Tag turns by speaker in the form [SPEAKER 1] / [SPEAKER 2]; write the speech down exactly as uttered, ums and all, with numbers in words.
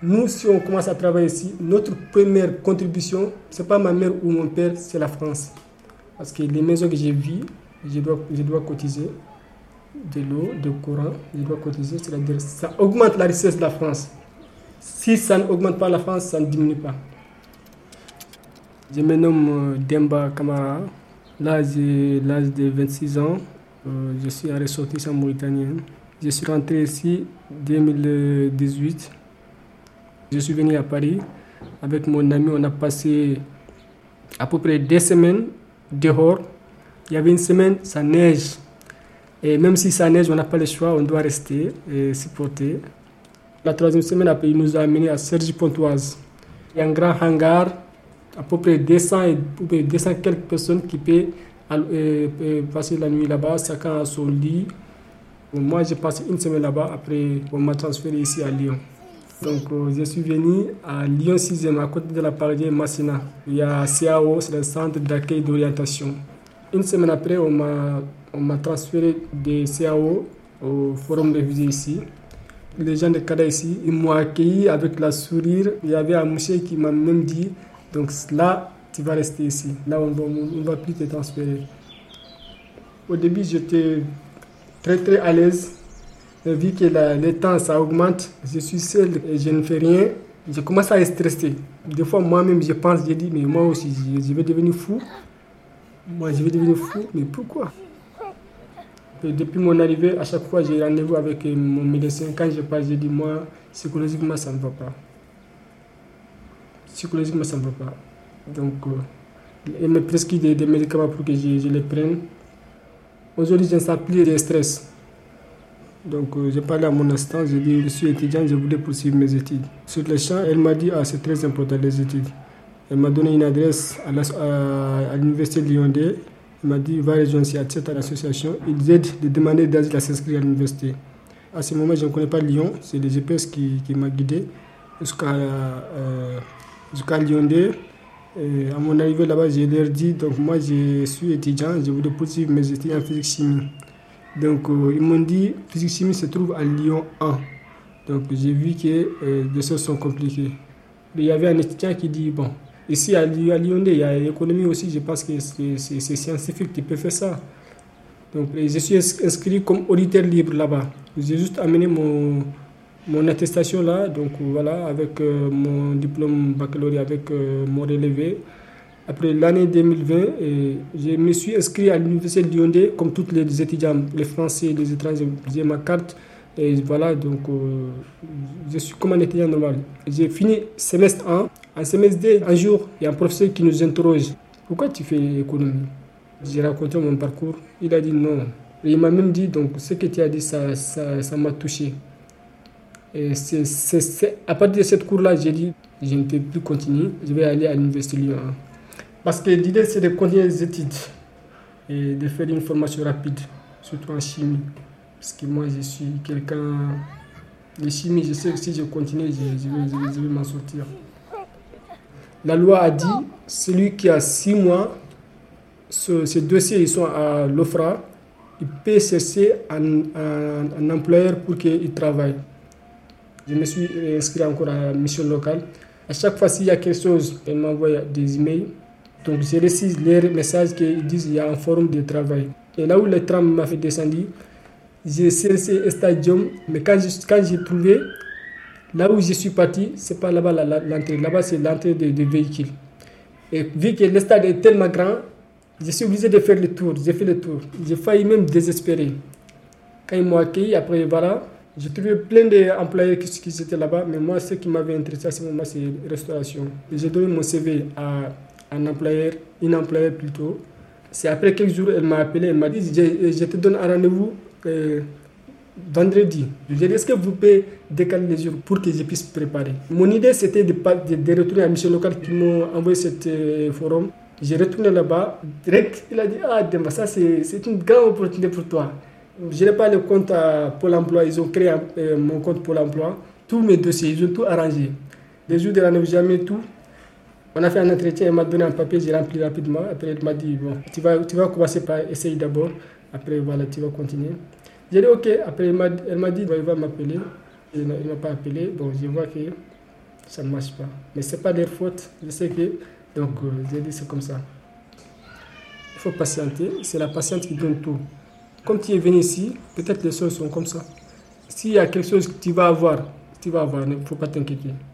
[SPEAKER 1] Nous, si on commence à travailler ici, notre première contribution, ce n'est pas ma mère ou mon père, c'est la France. Parce que les maisons que j'ai vues, je dois, je dois cotiser de l'eau, de courant, je dois cotiser, c'est-à-dire ça augmente la richesse de la France. Si ça n'augmente pas la France, ça ne diminue pas. Je me nomme Demba Kamara. Là, j'ai l'âge de vingt-six ans. Euh, je suis un ressortissant mauritanien. Je suis rentré ici en deux mille dix-huit. Je suis venu à Paris avec mon ami. On a passé à peu près deux semaines dehors. Il y avait une semaine, ça neige. Et même si ça neige, on n'a pas le choix, on doit rester et supporter. La troisième semaine, après, il nous a amenés à Cergy-Pontoise. Il y a un grand hangar, à peu près deux cents, et, deux cents quelques personnes qui peuvent euh, euh, passer la nuit là-bas, chacun à son lit. Moi, j'ai passé une semaine là-bas, après on m'a transféré ici à Lyon. Donc, euh, je suis venu à Lyon sixième, à côté de la Paradis Massina. Il y a C A O, c'est le centre d'accueil d'orientation. Une semaine après, on m'a, on m'a transféré de C A O au Forum des Réfugiés ici. Les gens de Kada ici, ils m'ont accueilli avec la sourire. Il y avait un monsieur qui m'a même dit, donc là, tu vas rester ici. Là, on ne va plus te transférer. Au début, j'étais très très à l'aise. Vu que la, le temps, ça augmente, je suis seul et je ne fais rien. Je commence à être stressé. Des fois, moi-même, je pense, je dis, mais moi aussi, je, je vais devenir fou. Moi, je vais devenir fou, mais pourquoi? Et depuis mon arrivée, à chaque fois, j'ai rendez-vous avec mon médecin. Quand je passe, je dis, moi, psychologiquement, ça ne va pas. Psychologiquement, ça ne va pas. Donc, euh, il me prescrit des, des médicaments pour que je, je les prenne. Aujourd'hui, je ne sens plus de stress. Donc, euh, j'ai parlé à mon assistant, j'ai dit, je suis étudiant, je voulais poursuivre mes études. Sur le champ, elle m'a dit, ah, c'est très important les études. Elle m'a donné une adresse à, la, à, à l'université de Lyon deux. Elle m'a dit, va rejoindre cette association. Ils aident de demander d'asile à s'inscrire à l'université. À ce moment, je ne connais pas Lyon, c'est le G P S qui, qui m'a guidé jusqu'à, euh, jusqu'à Lyon deux. Et à mon arrivée là-bas, je leur dit, donc moi je suis étudiant, je voulais poursuivre mes études en physique-chimie. Donc euh, ils m'ont dit, physique-chimie se trouve à Lyon un. Donc j'ai vu que euh, les choses sont compliquées. Mais il y avait un étudiant qui dit, bon, ici à Lyon deux, il y a l'économie aussi, je pense que c'est, c'est, c'est scientifique qui peut faire ça. Donc je suis inscrit comme auditeur libre là-bas. J'ai juste amené mon, mon attestation là, donc voilà, avec euh, mon diplôme baccalauréat, avec euh, mon relevé. Après l'année deux mille vingt, et je me suis inscrit à l'université de Lyon deux, comme tous les étudiants, les Français, les étrangers, j'ai ma carte. Et voilà, donc euh, je suis comme un étudiant normal. J'ai fini semestre un. En semestre deux, un jour, il y a un professeur qui nous interroge. Pourquoi tu fais économie? J'ai raconté mon parcours. Il a dit non. Et il m'a même dit, donc ce que tu as dit, ça, ça, ça m'a touché. Et c'est, c'est, c'est, à partir de cette cours-là, j'ai dit, je ne peux plus continuer, je vais aller à l'université Lyon un. Parce que l'idée, c'est de continuer les études et de faire une formation rapide, surtout en chimie. Parce que moi, je suis quelqu'un de chimie, je sais que si je continue, je, je vais, je vais, je vais m'en sortir. La loi a dit, celui qui a six mois, ce, ces dossiers ils sont à l'O F R A, il peut chercher un, un, un employeur pour qu'il travaille. Je me suis inscrit encore à la mission locale. À chaque fois, s'il y a quelque chose, elle m'envoie des emails. Donc, j'ai reçu les messages qui disent qu'il y a un forum de travail. Et là où le tram m'a fait descendre, j'ai cherché un stadium. Mais quand, je, quand j'ai trouvé, là où je suis parti, ce n'est pas là-bas la, la, l'entrée. Là-bas, c'est l'entrée des de véhicules. Et vu que le stade est tellement grand, je suis obligé de faire le tour. J'ai fait le tour. J'ai failli même désespérer. Quand ils m'ont accueilli, après, voilà, j'ai trouvé plein d'employés qui, qui étaient là-bas. Mais moi, ce qui m'avait intéressé à ce moment, c'est la restauration. Et j'ai donné mon C V à un employeur, une employeur plutôt. C'est après quelques jours, elle m'a appelé, elle m'a dit, je, je te donne un rendez-vous euh, vendredi. Je lui ai dit, est-ce que vous pouvez décaler les jours pour que je puisse préparer? Mon idée, c'était de, de, de retourner à la mission locale qui m'ont envoyé ce euh, forum. J'ai retourné là-bas. Direct, il a dit, ah, Demba, ça c'est, c'est une grande opportunité pour toi. Je n'ai pas le compte à Pôle emploi, ils ont créé un, euh, mon compte Pôle emploi. Tous mes dossiers, ils ont tout arrangé. Les jours de rendez-vous, j'ai mis tout. On a fait un entretien, elle m'a donné un papier, j'ai rempli rapidement. Après, elle m'a dit, bon, tu vas, tu vas commencer par essayer d'abord. Après, voilà, tu vas continuer. J'ai dit, ok. Après, elle m'a, elle m'a dit, bon, il va m'appeler. Il ne m'a pas appelé. Bon, je vois que ça ne marche pas. Mais ce n'est pas leur faute, je sais que, donc euh, j'ai dit c'est comme ça. Il faut patienter, c'est la patience qui donne tout. Comme tu es venu ici, peut-être les choses sont comme ça. S'il y a quelque chose que tu vas avoir, tu vas avoir, il ne faut pas t'inquiéter.